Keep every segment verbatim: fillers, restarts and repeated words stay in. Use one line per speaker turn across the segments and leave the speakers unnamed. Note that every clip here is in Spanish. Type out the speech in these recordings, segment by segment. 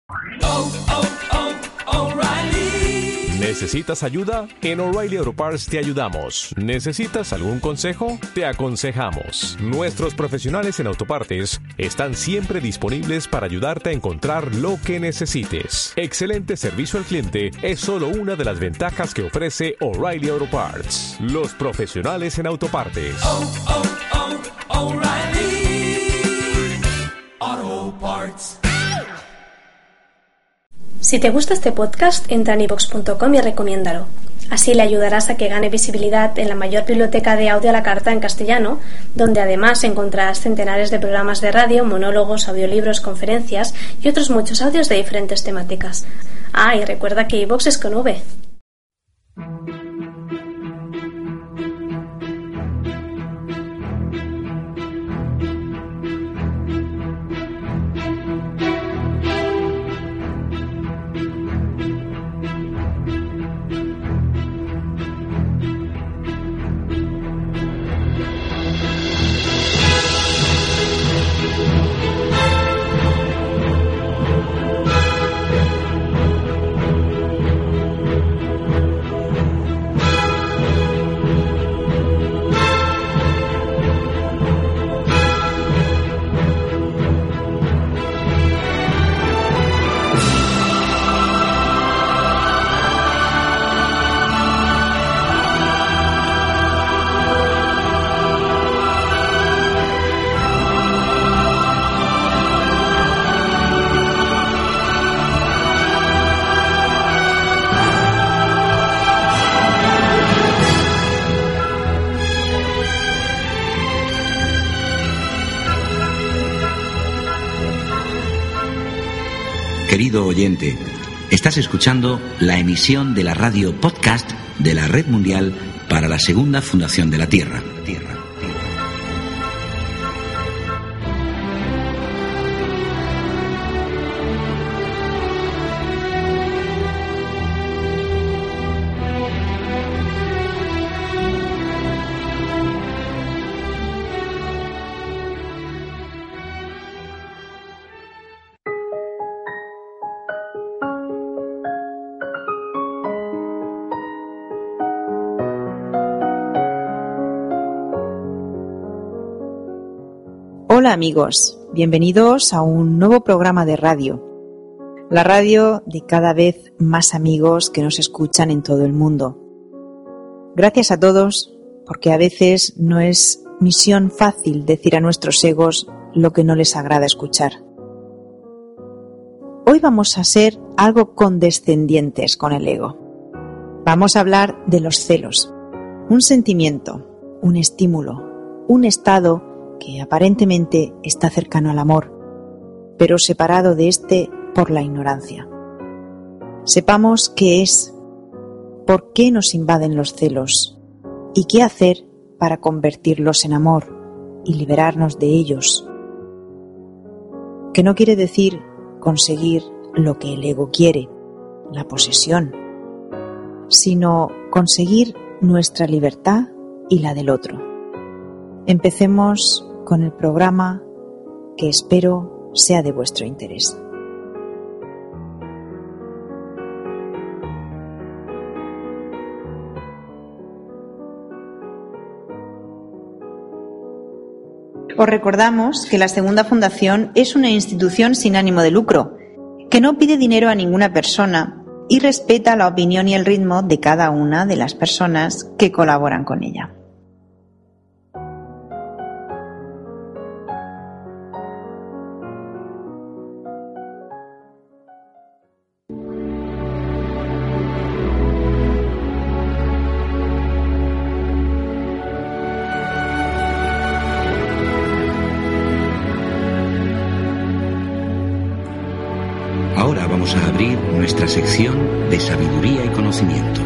Oh, oh, oh, O'Reilly.
¿Necesitas ayuda? En O'Reilly Auto Parts te ayudamos. ¿Necesitas algún consejo? Te aconsejamos. Nuestros profesionales en autopartes están siempre disponibles para ayudarte a encontrar lo que necesites. Excelente servicio al cliente es solo una de las ventajas que ofrece O'Reilly Auto Parts. Los profesionales en autopartes.
Oh, oh, oh, O'Reilly Auto Parts.
Si te gusta este podcast, entra en iVoox punto com y recomiéndalo. Así le ayudarás a que gane visibilidad en la mayor biblioteca de audio a la carta en castellano, donde además encontrarás centenares de programas de radio, monólogos, audiolibros, conferencias y otros muchos audios de diferentes temáticas. Ah, y recuerda que iVoox es con V.
Querido oyente, estás escuchando la emisión de la radio podcast de la Red Mundial para la Segunda Fundación de la Tierra. Tierra.
Hola amigos, bienvenidos a un nuevo programa de radio, la radio de cada vez más amigos que nos escuchan en todo el mundo. Gracias a todos, porque a veces no es misión fácil decir a nuestros egos lo que no les agrada escuchar. Hoy vamos a ser algo condescendientes con el ego. Vamos a hablar de los celos, un sentimiento, un estímulo, un estado que aparentemente está cercano al amor, pero separado de éste por la ignorancia. Sepamos qué es, por qué nos invaden los celos y qué hacer para convertirlos en amor y liberarnos de ellos. Que no quiere decir conseguir lo que el ego quiere, la posesión, sino conseguir nuestra libertad y la del otro. Empecemos con el programa que espero sea de vuestro interés. Os recordamos que la Segunda Fundación es una institución sin ánimo de lucro, que no pide dinero a ninguna persona y respeta la opinión y el ritmo de cada una de las personas que colaboran con ella.
Ahora vamos a abrir nuestra sección de sabiduría y conocimiento.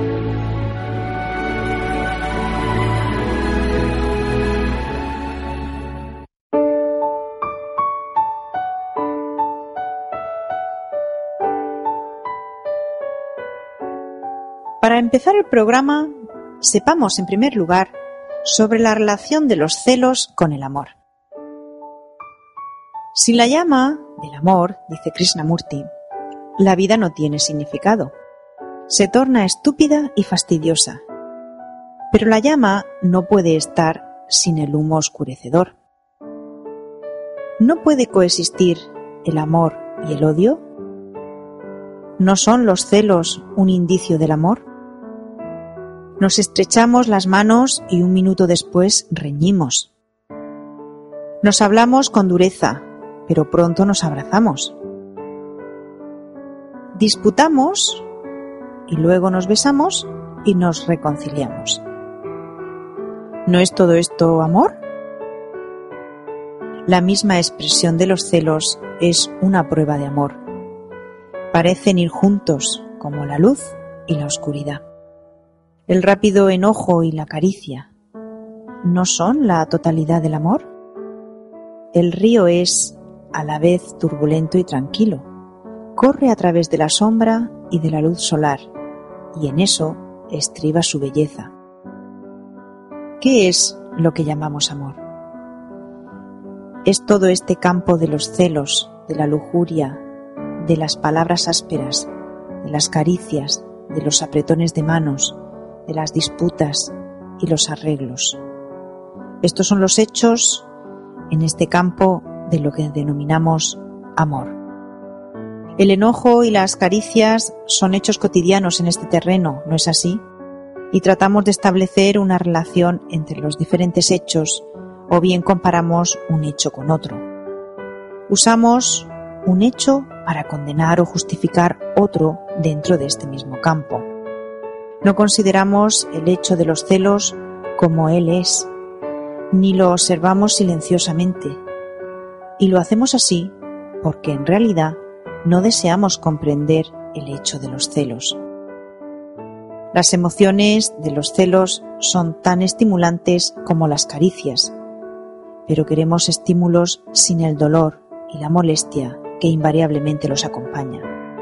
Para empezar el programa, sepamos en primer lugar sobre la relación de los celos con el amor. Sin la llama del amor, dice Krishnamurti, la vida no tiene significado. Se torna estúpida y fastidiosa. Pero la llama no puede estar sin el humo oscurecedor. ¿No puede coexistir el amor y el odio? ¿No son los celos un indicio del amor? Nos estrechamos las manos y un minuto después reñimos. Nos hablamos con dureza, pero pronto nos abrazamos. Disputamos y luego nos besamos y nos reconciliamos. ¿No es todo esto amor? La misma expresión de los celos es una prueba de amor. Parecen ir juntos como la luz y la oscuridad. El rápido enojo y la caricia, ¿no son la totalidad del amor? El río es a la vez turbulento y tranquilo. Corre a través de la sombra y de la luz solar, y en eso estriba su belleza. ¿Qué es lo que llamamos amor? Es todo este campo de los celos, de la lujuria, de las palabras ásperas, de las caricias, de los apretones de manos, de las disputas y los arreglos. Estos son los hechos en este campo de lo que denominamos amor. El enojo y las caricias son hechos cotidianos en este terreno, ¿no es así? Y tratamos de establecer una relación entre los diferentes hechos o bien comparamos un hecho con otro. Usamos un hecho para condenar o justificar otro dentro de este mismo campo. No consideramos el hecho de los celos como él es, ni lo observamos silenciosamente. Y lo hacemos así porque en realidad no deseamos comprender el hecho de los celos. Las emociones de los celos son tan estimulantes como las caricias, pero queremos estímulos sin el dolor y la molestia que invariablemente los acompaña.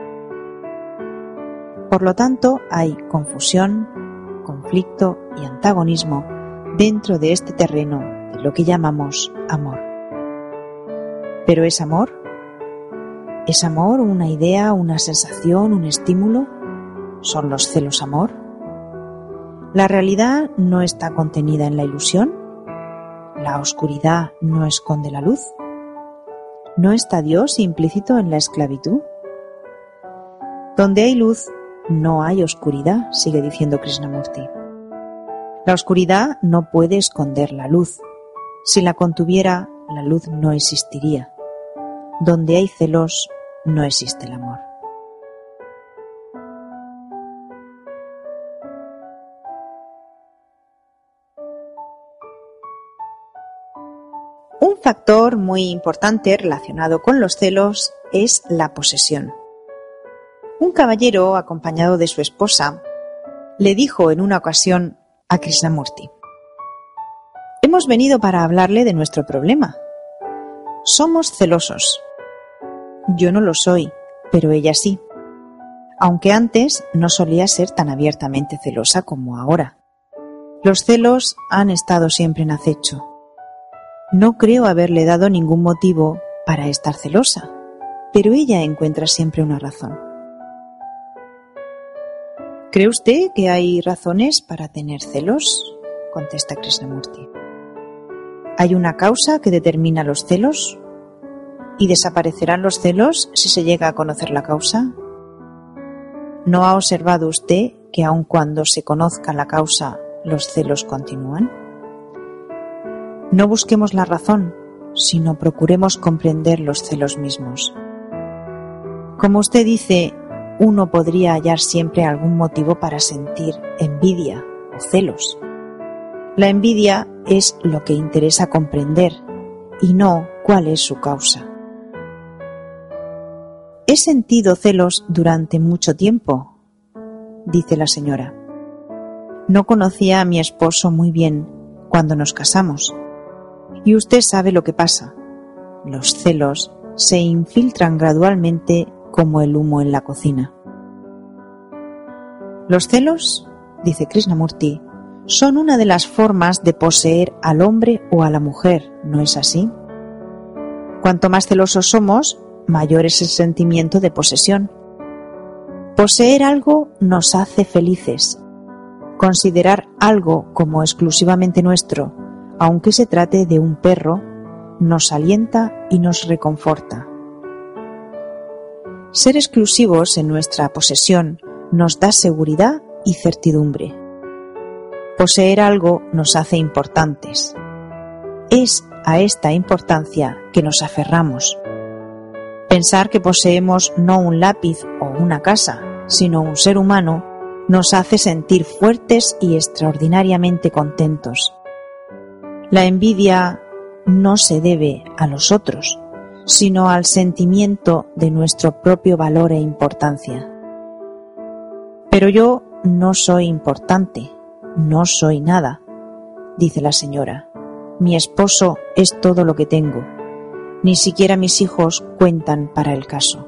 Por lo tanto, hay confusión, conflicto y antagonismo dentro de este terreno de lo que llamamos amor. ¿Pero es amor? ¿Es amor una idea, una sensación, un estímulo? ¿Son los celos amor? ¿La realidad no está contenida en la ilusión? ¿La oscuridad no esconde la luz? ¿No está Dios implícito en la esclavitud? Donde hay luz, no hay oscuridad, sigue diciendo Krishnamurti. La oscuridad no puede esconder la luz. Si la contuviera, la luz no existiría. Donde hay celos, no existe el amor. Un factor muy importante relacionado con los celos es la posesión. Un caballero, acompañado de su esposa, le dijo en una ocasión a Krishnamurti: «Hemos venido para hablarle de nuestro problema. Somos celosos. Yo no lo soy, pero ella sí, aunque antes no solía ser tan abiertamente celosa como ahora. Los celos han estado siempre en acecho. No creo haberle dado ningún motivo para estar celosa, pero ella encuentra siempre una razón». ¿Cree usted que hay razones para tener celos?, contesta Krishnamurti. ¿Hay una causa que determina los celos? ¿Y desaparecerán los celos si se llega a conocer la causa? ¿No ha observado usted que aun cuando se conozca la causa, los celos continúan? No busquemos la razón, sino procuremos comprender los celos mismos. Como usted dice, uno podría hallar siempre algún motivo para sentir envidia o celos. La envidia es lo que interesa comprender y no cuál es su causa. He sentido celos durante mucho tiempo, dice la señora. No conocía a mi esposo muy bien cuando nos casamos. Y usted sabe lo que pasa. Los celos se infiltran gradualmente como el humo en la cocina. Los celos, dice Krishnamurti, son una de las formas de poseer al hombre o a la mujer, ¿no es así? Cuanto más celosos somos, mayor es el sentimiento de posesión. Poseer algo nos hace felices. Considerar algo como exclusivamente nuestro, aunque se trate de un perro, nos alienta y nos reconforta. Ser exclusivos en nuestra posesión nos da seguridad y certidumbre. Poseer algo nos hace importantes. Es a esta importancia que nos aferramos. Pensar que poseemos no un lápiz o una casa, sino un ser humano, nos hace sentir fuertes y extraordinariamente contentos. La envidia no se debe a los otros, sino al sentimiento de nuestro propio valor e importancia. Pero yo no soy importante, no soy nada, dice la señora. Mi esposo es todo lo que tengo. Ni siquiera mis hijos cuentan para el caso.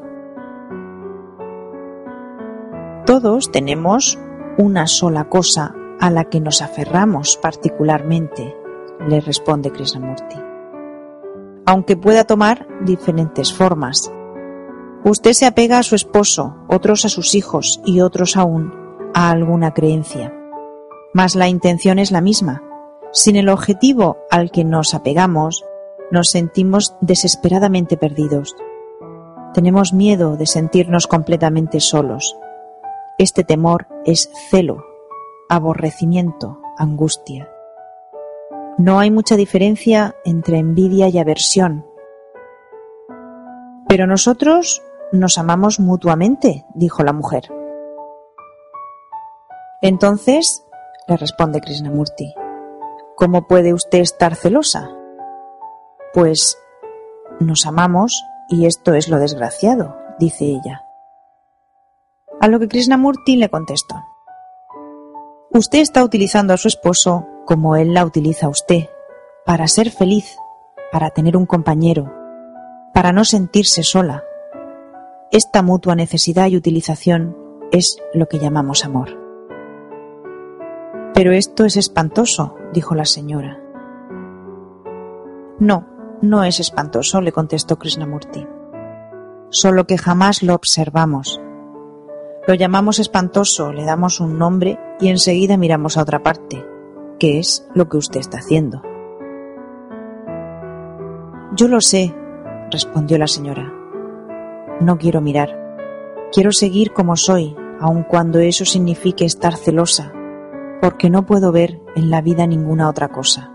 Todos tenemos una sola cosa a la que nos aferramos particularmente, le responde Krishnamurti, aunque pueda tomar diferentes formas. Usted se apega a su esposo, otros a sus hijos y otros aún a alguna creencia. Mas la intención es la misma. Sin el objetivo al que nos apegamos, nos sentimos desesperadamente perdidos. Tenemos miedo de sentirnos completamente solos. Este temor es celo, aborrecimiento, angustia. No hay mucha diferencia entre envidia y aversión. Pero nosotros nos amamos mutuamente, dijo la mujer. Entonces, le responde Krishnamurti, ¿cómo puede usted estar celosa? Pues nos amamos y esto es lo desgraciado, dice ella. A lo que Krishnamurti le contestó: usted está utilizando a su esposo como él la utiliza a usted, para ser feliz, para tener un compañero, para no sentirse sola. Esta mutua necesidad y utilización es lo que llamamos amor. Pero esto es espantoso, dijo la señora. No, no es espantoso, le contestó Krishnamurti. Solo que jamás lo observamos. Lo llamamos espantoso, le damos un nombre y enseguida miramos a otra parte, que es lo que usted está haciendo. Yo lo sé, respondió la señora. No quiero mirar. Quiero seguir como soy, aun cuando eso signifique estar celosa, porque no puedo ver en la vida ninguna otra cosa.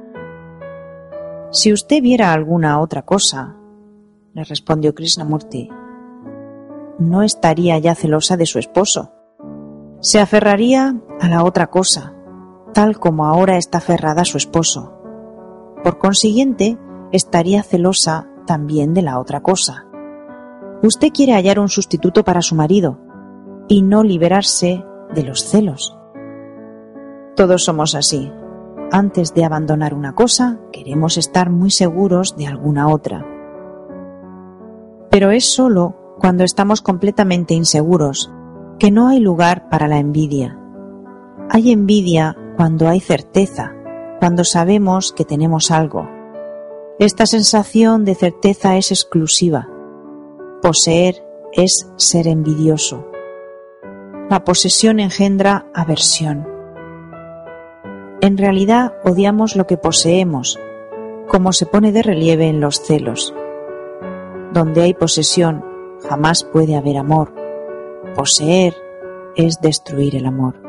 Si usted viera alguna otra cosa, le respondió Krishnamurti, no estaría ya celosa de su esposo. Se aferraría a la otra cosa, tal como ahora está aferrada a su esposo. Por consiguiente, estaría celosa también de la otra cosa. Usted quiere hallar un sustituto para su marido y no liberarse de los celos. Todos somos así. Antes de abandonar una cosa, queremos estar muy seguros de alguna otra. Pero es solo cuando estamos completamente inseguros que no hay lugar para la envidia. Hay envidia cuando hay certeza, cuando sabemos que tenemos algo. Esta sensación de certeza es exclusiva. Poseer es ser envidioso. La posesión engendra aversión. En realidad odiamos lo que poseemos, como se pone de relieve en los celos. Donde hay posesión, jamás puede haber amor. Poseer es destruir el amor.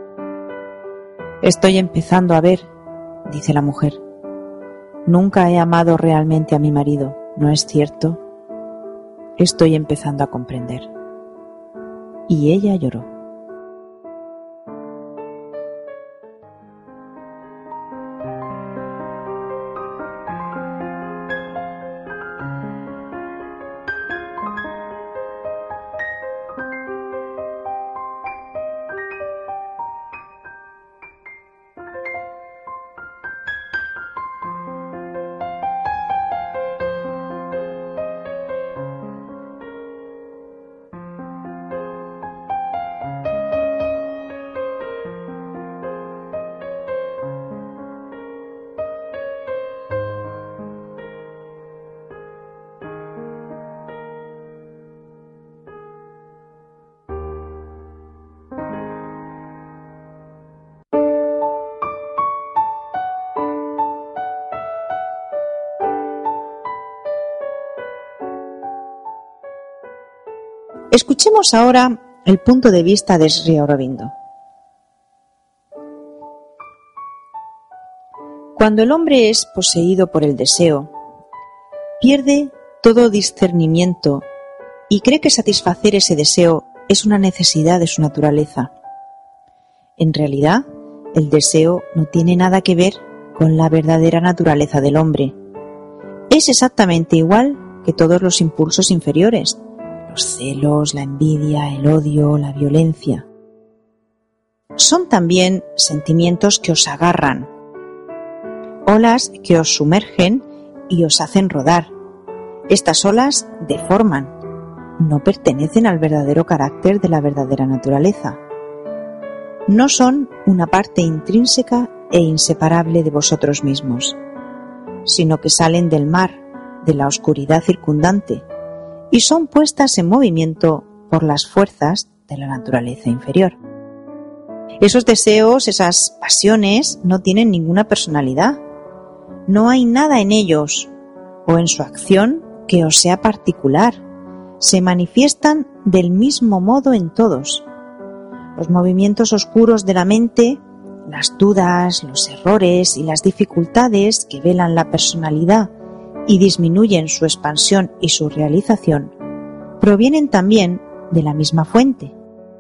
Estoy empezando a ver, dice la mujer. Nunca he amado realmente a mi marido, ¿no es cierto? Estoy empezando a comprender. Y ella lloró. Escuchemos ahora el punto de vista de Sri Aurobindo. Cuando el hombre es poseído por el deseo, pierde todo discernimiento y cree que satisfacer ese deseo es una necesidad de su naturaleza. En realidad, el deseo no tiene nada que ver con la verdadera naturaleza del hombre. Es exactamente igual que todos los impulsos inferiores, los celos, la envidia, el odio, la violencia. Son también sentimientos que os agarran, olas que os sumergen y os hacen rodar. Estas olas deforman, no pertenecen al verdadero carácter de la verdadera naturaleza. No son una parte intrínseca e inseparable de vosotros mismos, sino que salen del mar, de la oscuridad circundante, y son puestas en movimiento por las fuerzas de la naturaleza inferior. Esos deseos, esas pasiones, no tienen ninguna personalidad. No hay nada en ellos o en su acción que os sea particular. Se manifiestan del mismo modo en todos. Los movimientos oscuros de la mente, las dudas, los errores y las dificultades que velan la personalidad y disminuyen su expansión y su realización, provienen también de la misma fuente.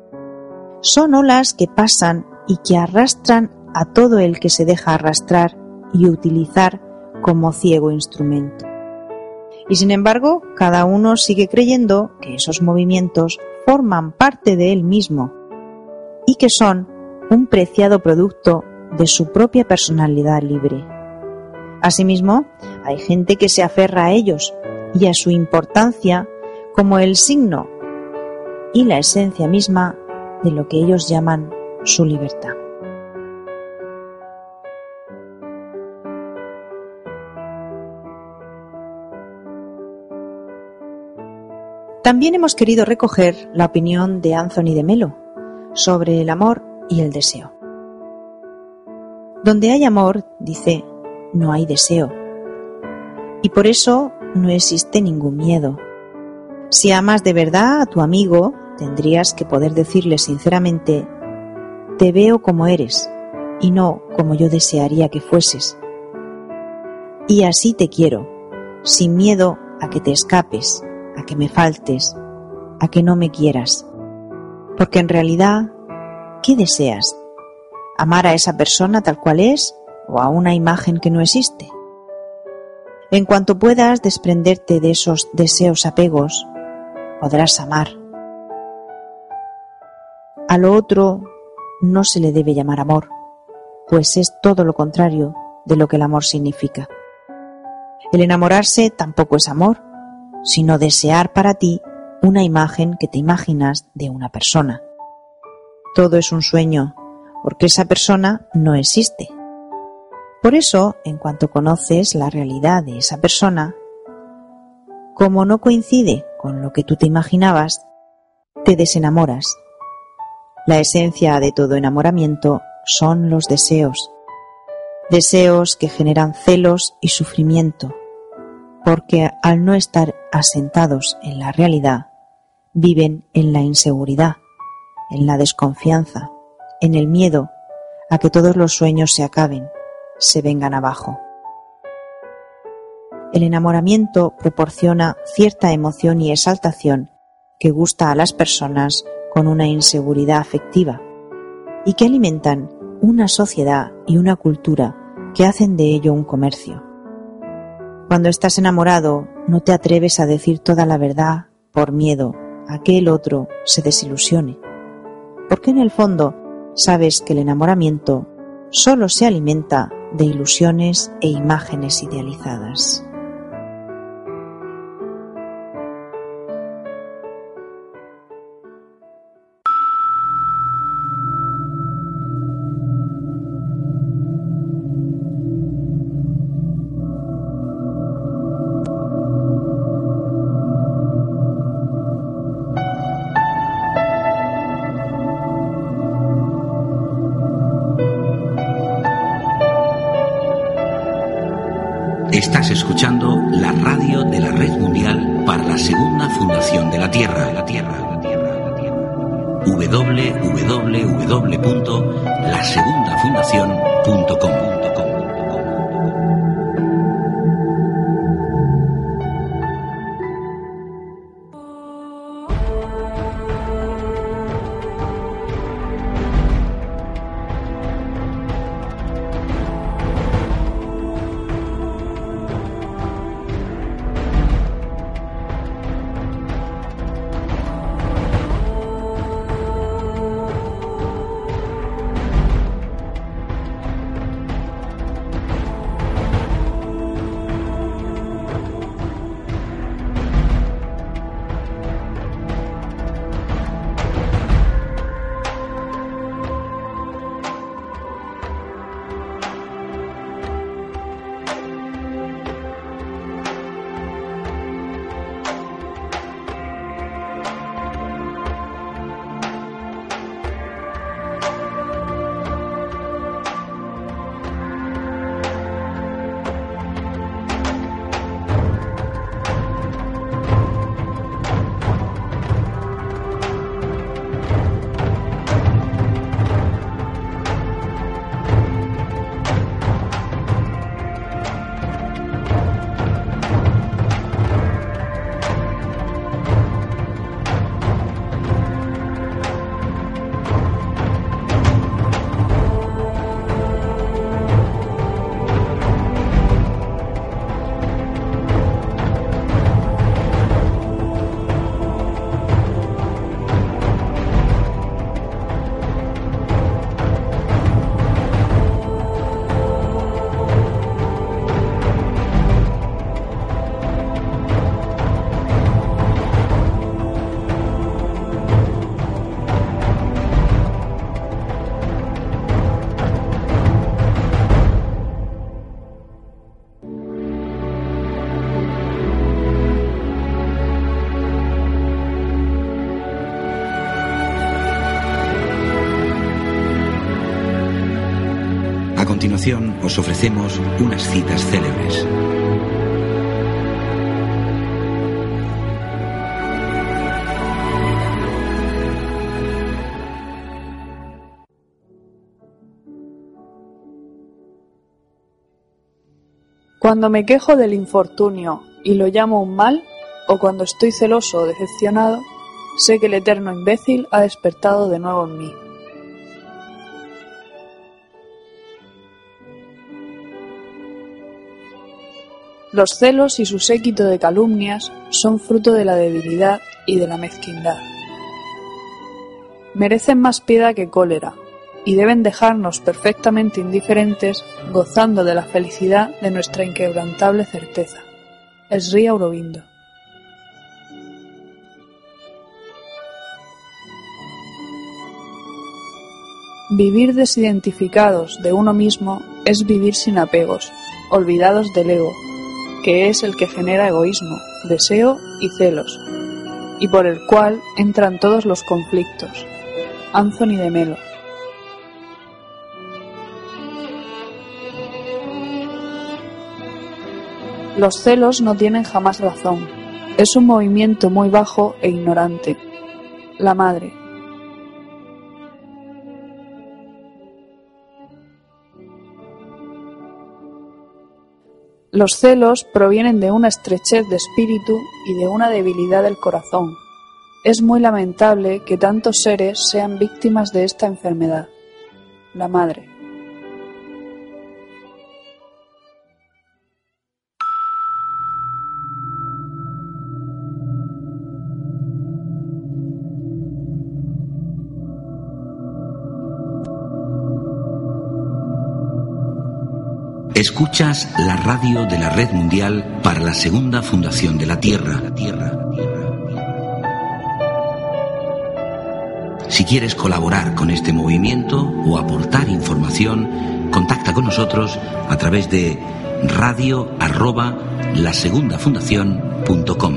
Son olas que pasan y que arrastran a todo el que se deja arrastrar y utilizar como ciego instrumento. Y sin embargo, cada uno sigue creyendo que esos movimientos forman parte de él mismo y que son un preciado producto de su propia personalidad libre. Asimismo, hay gente que se aferra a ellos y a su importancia como el signo y la esencia misma de lo que ellos llaman su libertad. También hemos querido recoger la opinión de Anthony de Melo sobre el amor y el deseo. Donde hay amor, dice, no hay deseo. Y por eso no existe ningún miedo. Si amas de verdad a tu amigo, tendrías que poder decirle sinceramente: te veo como eres y no como yo desearía que fueses. Y así te quiero, sin miedo a que te escapes, a que me faltes, a que no me quieras. Porque en realidad, ¿qué deseas? ¿Amar a esa persona tal cual es o a una imagen que no existe? En cuanto puedas desprenderte de esos deseos apegos, podrás amar. A lo otro no se le debe llamar amor, pues es todo lo contrario de lo que el amor significa. El enamorarse tampoco es amor, sino desear para ti una imagen que te imaginas de una persona. Todo es un sueño, porque esa persona no existe. Por eso, en cuanto conoces la realidad de esa persona, como no coincide con lo que tú te imaginabas, te desenamoras. La esencia de todo enamoramiento son los deseos. Deseos que generan celos y sufrimiento, porque al no estar asentados en la realidad, viven en la inseguridad, en la desconfianza, en el miedo a que todos los sueños se acaben, se vengan abajo. El enamoramiento proporciona cierta emoción y exaltación que gusta a las personas con una inseguridad afectiva y que alimentan una sociedad y una cultura que hacen de ello un comercio. Cuando estás enamorado, no te atreves a decir toda la verdad por miedo a que el otro se desilusione, porque en el fondo sabes que el enamoramiento solo se alimenta de ilusiones e imágenes idealizadas.
Estás escuchando la radio de la Red Mundial para la segunda fundación de la Tierra. La Tierra, la Tierra, la Tierra. doble u doble u doble u punto la segunda fundación punto com. A continuación os ofrecemos unas citas célebres.
Cuando me quejo del infortunio y lo llamo un mal, o cuando estoy celoso o decepcionado, sé que el eterno imbécil ha despertado de nuevo en mí. Los celos y su séquito de calumnias son fruto de la debilidad y de la mezquindad. Merecen más piedad que cólera, y deben dejarnos perfectamente indiferentes, gozando de la felicidad de nuestra inquebrantable certeza. Sri Aurobindo. Vivir desidentificados de uno mismo es vivir sin apegos, olvidados del ego, que es el que genera egoísmo, deseo y celos, y por el cual entran todos los conflictos. Anthony de Melo. Los celos no tienen jamás razón. Es un movimiento muy bajo e ignorante. La madre. Los celos provienen de una estrechez de espíritu y de una debilidad del corazón. Es muy lamentable que tantos seres sean víctimas de esta enfermedad. La madre.
Escuchas la radio de la Red Mundial para la Segunda Fundación de la Tierra. La Tierra. Si quieres colaborar con este movimiento o aportar información, contacta con nosotros a través de radio arroba la segunda fundación punto com.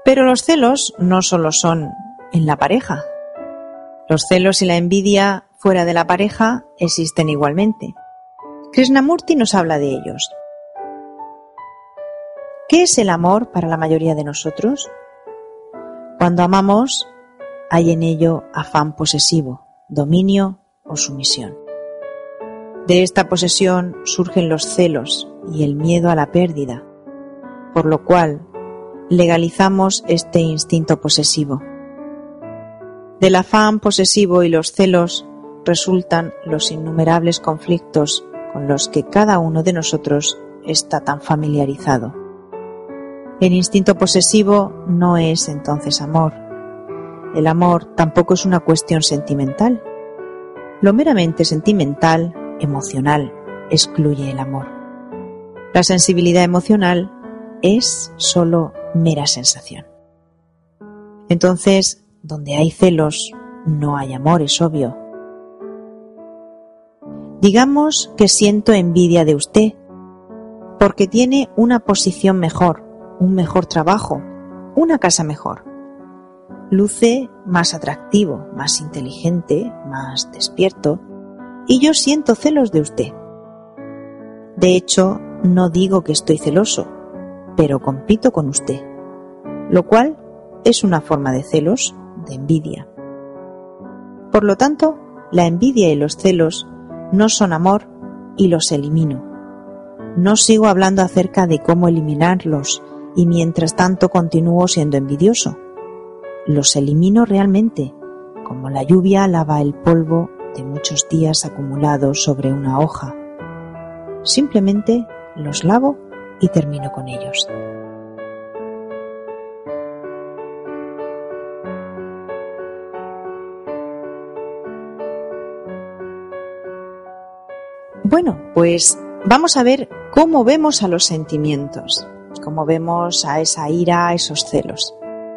Pero los celos no solo son en la pareja. Los celos y la envidia fuera de la pareja existen igualmente. Krishnamurti nos habla de ellos. ¿Qué es el amor para la mayoría de nosotros? Cuando amamos, hay en ello afán posesivo, dominio o sumisión. De esta posesión surgen los celos y el miedo a la pérdida, por lo cual legalizamos este instinto posesivo. Del afán posesivo y los celos resultan los innumerables conflictos con los que cada uno de nosotros está tan familiarizado. El instinto posesivo no es entonces amor. El amor tampoco es una cuestión sentimental. Lo meramente sentimental, emocional, excluye el amor. La sensibilidad emocional es solo mera sensación. Entonces, donde hay celos, no hay amor, es obvio. Digamos que siento envidia de usted, porque tiene una posición mejor, un mejor trabajo, una casa mejor. Luce más atractivo, más inteligente, más despierto, y yo siento celos de usted. De hecho, no digo que estoy celoso, pero compito con usted, lo cual es una forma de celos, de envidia. Por lo tanto, la envidia y los celos no son amor y los elimino. No sigo hablando acerca de cómo eliminarlos y mientras tanto continúo siendo envidioso. Los elimino realmente, como la lluvia lava el polvo de muchos días acumulados sobre una hoja. Simplemente los lavo y termino con ellos. Bueno, pues vamos a ver cómo vemos a los sentimientos, cómo vemos a esa ira, a esos celos.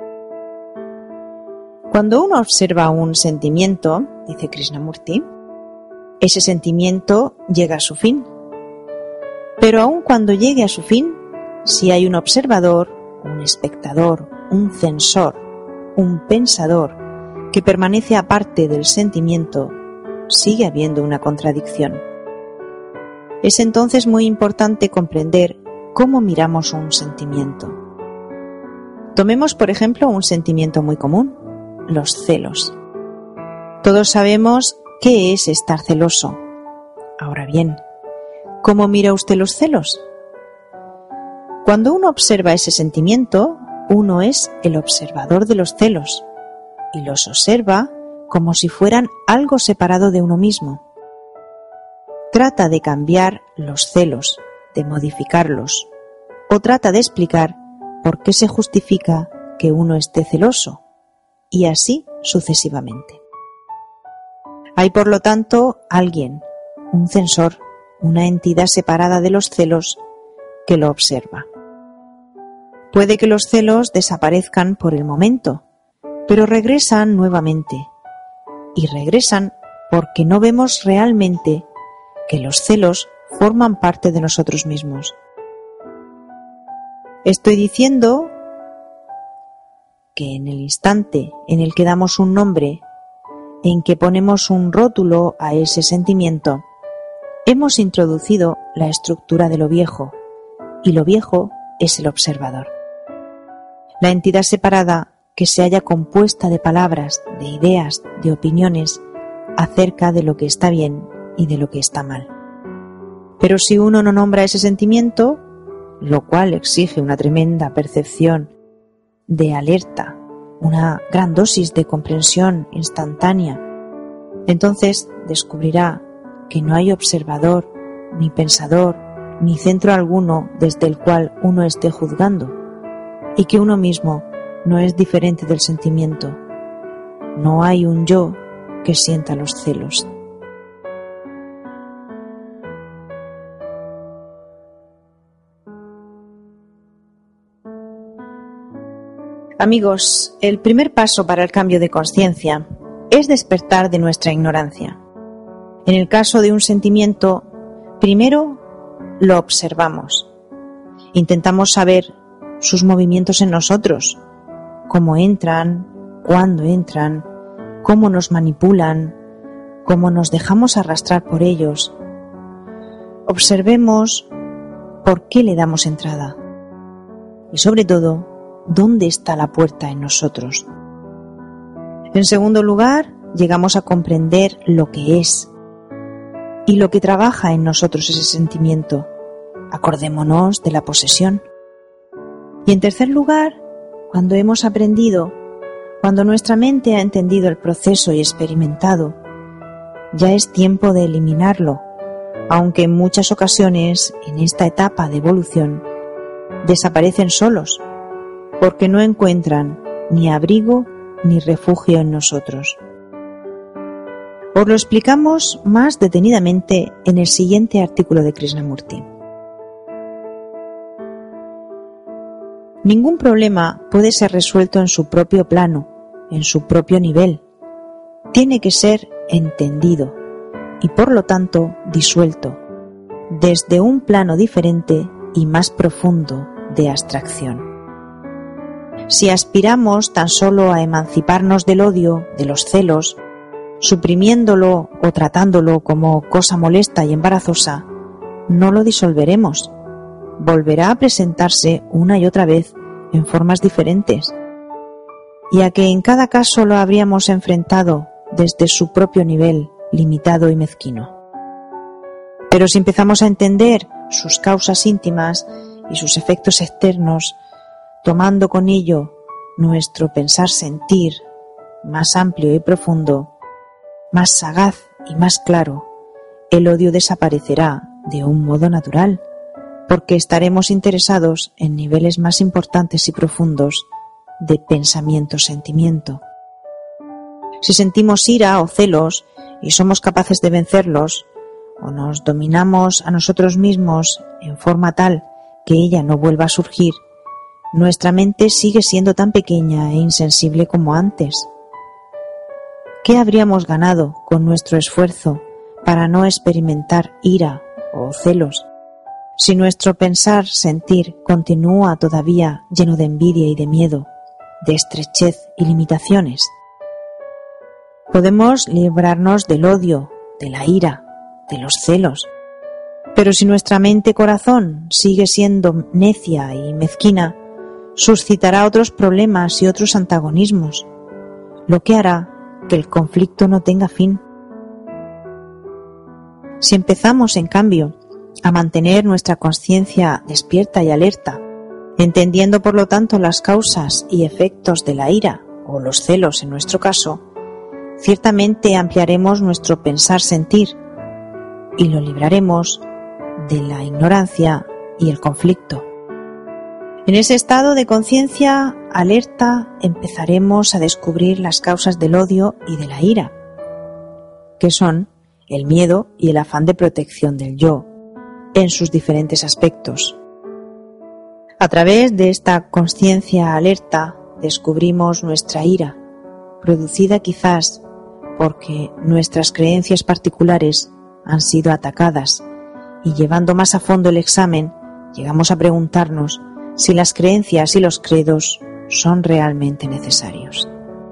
Cuando uno observa un sentimiento, dice Krishnamurti, ese sentimiento llega a su fin. Pero aun cuando llegue a su fin, si hay un observador, un espectador, un censor, un pensador que permanece aparte del sentimiento, sigue habiendo una contradicción. Es entonces muy importante comprender cómo miramos un sentimiento. Tomemos, por ejemplo, un sentimiento muy común, los celos. Todos sabemos qué es estar celoso. Ahora bien, ¿cómo mira usted los celos? Cuando uno observa ese sentimiento, uno es el observador de los celos y los observa como si fueran algo separado de uno mismo. Trata de cambiar los celos, de modificarlos, o trata de explicar por qué se justifica que uno esté celoso, y así sucesivamente. Hay, por lo tanto, alguien, un censor, una entidad separada de los celos que lo observa. Puede que los celos desaparezcan por el momento, pero regresan nuevamente, y regresan porque no vemos realmente que los celos forman parte de nosotros mismos. Estoy diciendo que en el instante en el que damos un nombre, en que ponemos un rótulo a ese sentimiento, hemos introducido la estructura de lo viejo, y lo viejo es el observador. La entidad separada que se haya compuesta de palabras, de ideas, de opiniones acerca de lo que está bien y de lo que está mal. Pero si uno no nombra ese sentimiento, lo cual exige una tremenda percepción de alerta, una gran dosis de comprensión instantánea, entonces descubrirá que no hay observador, ni pensador, ni centro alguno desde el cual uno esté juzgando, y que uno mismo no es diferente del sentimiento. No hay un yo que sienta los celos. Amigos, el primer paso para el cambio de conciencia es despertar de nuestra ignorancia. En el caso de un sentimiento, primero lo observamos. Intentamos saber sus movimientos en nosotros cómo entran, cuándo entran, cómo nos manipulan, cómo nos dejamos arrastrar por ellos. Observemos por qué le damos entrada y, sobre todo, dónde está la puerta en nosotros. En segundo lugar, llegamos a comprender lo que es y lo que trabaja en nosotros ese sentimiento. Acordémonos de la posesión. Y en tercer lugar, cuando hemos aprendido, cuando nuestra mente ha entendido el proceso y experimentado, ya es tiempo de eliminarlo, aunque en muchas ocasiones, en esta etapa de evolución, desaparecen solos, porque no encuentran ni abrigo ni refugio en nosotros. Os lo explicamos más detenidamente en el siguiente artículo de Krishnamurti. Ningún problema puede ser resuelto en su propio plano, en su propio nivel. Tiene que ser entendido y, por lo tanto, disuelto desde un plano diferente y más profundo de abstracción. Si aspiramos tan solo a emanciparnos del odio, de los celos, suprimiéndolo o tratándolo como cosa molesta y embarazosa, no lo disolveremos. Volverá a presentarse una y otra vez en formas diferentes, y a que en cada caso lo habríamos enfrentado desde su propio nivel limitado y mezquino. Pero si empezamos a entender sus causas íntimas y sus efectos externos, tomando con ello nuestro pensar-sentir más amplio y profundo, más sagaz y más claro, el odio desaparecerá de un modo natural, porque estaremos interesados en niveles más importantes y profundos de pensamiento-sentimiento. Si sentimos ira o celos y somos capaces de vencerlos, o nos dominamos a nosotros mismos en forma tal que ella no vuelva a surgir, nuestra mente sigue siendo tan pequeña e insensible como antes. ¿Qué habríamos ganado con nuestro esfuerzo para no experimentar ira o celos, si nuestro pensar, sentir continúa todavía lleno de envidia y de miedo, de estrechez y limitaciones? Podemos librarnos del odio, de la ira, de los celos, pero si nuestra mente-corazón sigue siendo necia y mezquina, suscitará otros problemas y otros antagonismos, lo que hará que el conflicto no tenga fin. Si empezamos, en cambio, a mantener nuestra conciencia despierta y alerta, entendiendo por lo tanto las causas y efectos de la ira o los celos en nuestro caso, ciertamente ampliaremos nuestro pensar-sentir y lo libraremos de la ignorancia y el conflicto. En ese estado de conciencia alerta empezaremos a descubrir las causas del odio y de la ira, que son el miedo y el afán de protección del yo, en sus diferentes aspectos. A través de esta conciencia alerta descubrimos nuestra ira, producida quizás porque nuestras creencias particulares han sido atacadas, y llevando más a fondo el examen, llegamos a preguntarnos si las creencias y los credos son realmente necesarios.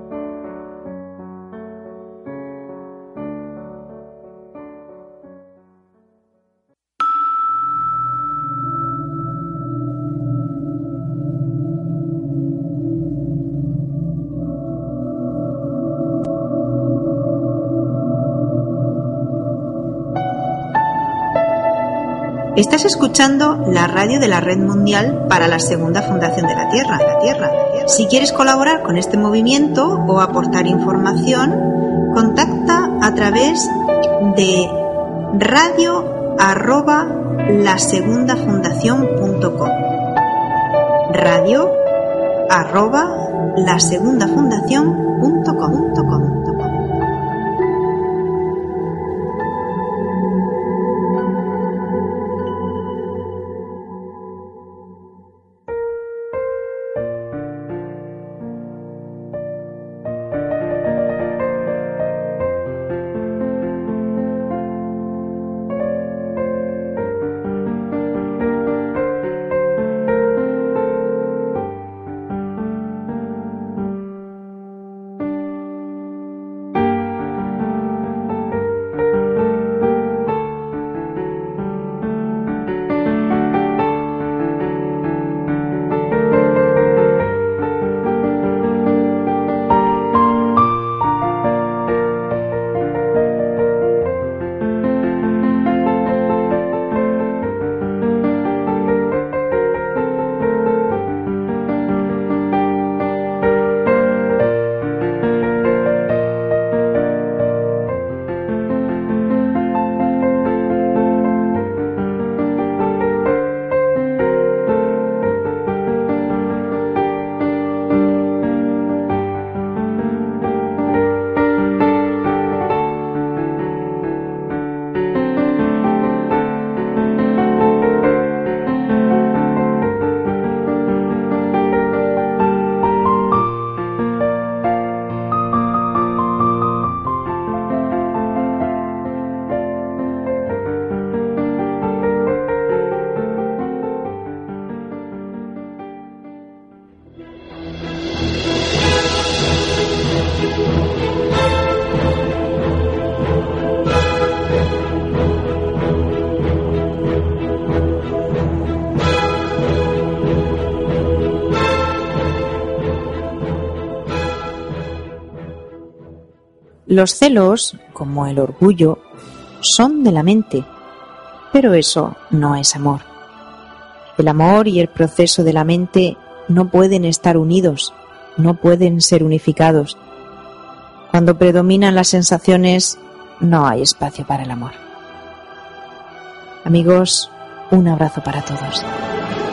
Estás escuchando la radio de la Red Mundial para la Segunda Fundación de la Tierra. La Tierra. Si quieres colaborar con este movimiento o aportar información, contacta a través de radio arroba lasegundafundación.com. Radio arroba lasegundafundación.com. Los celos, como el orgullo, son de la mente, pero eso no es amor. El amor y el proceso de la mente no pueden estar unidos, no pueden ser unificados. Cuando predominan las sensaciones, no hay espacio para el amor. Amigos, un abrazo para todos.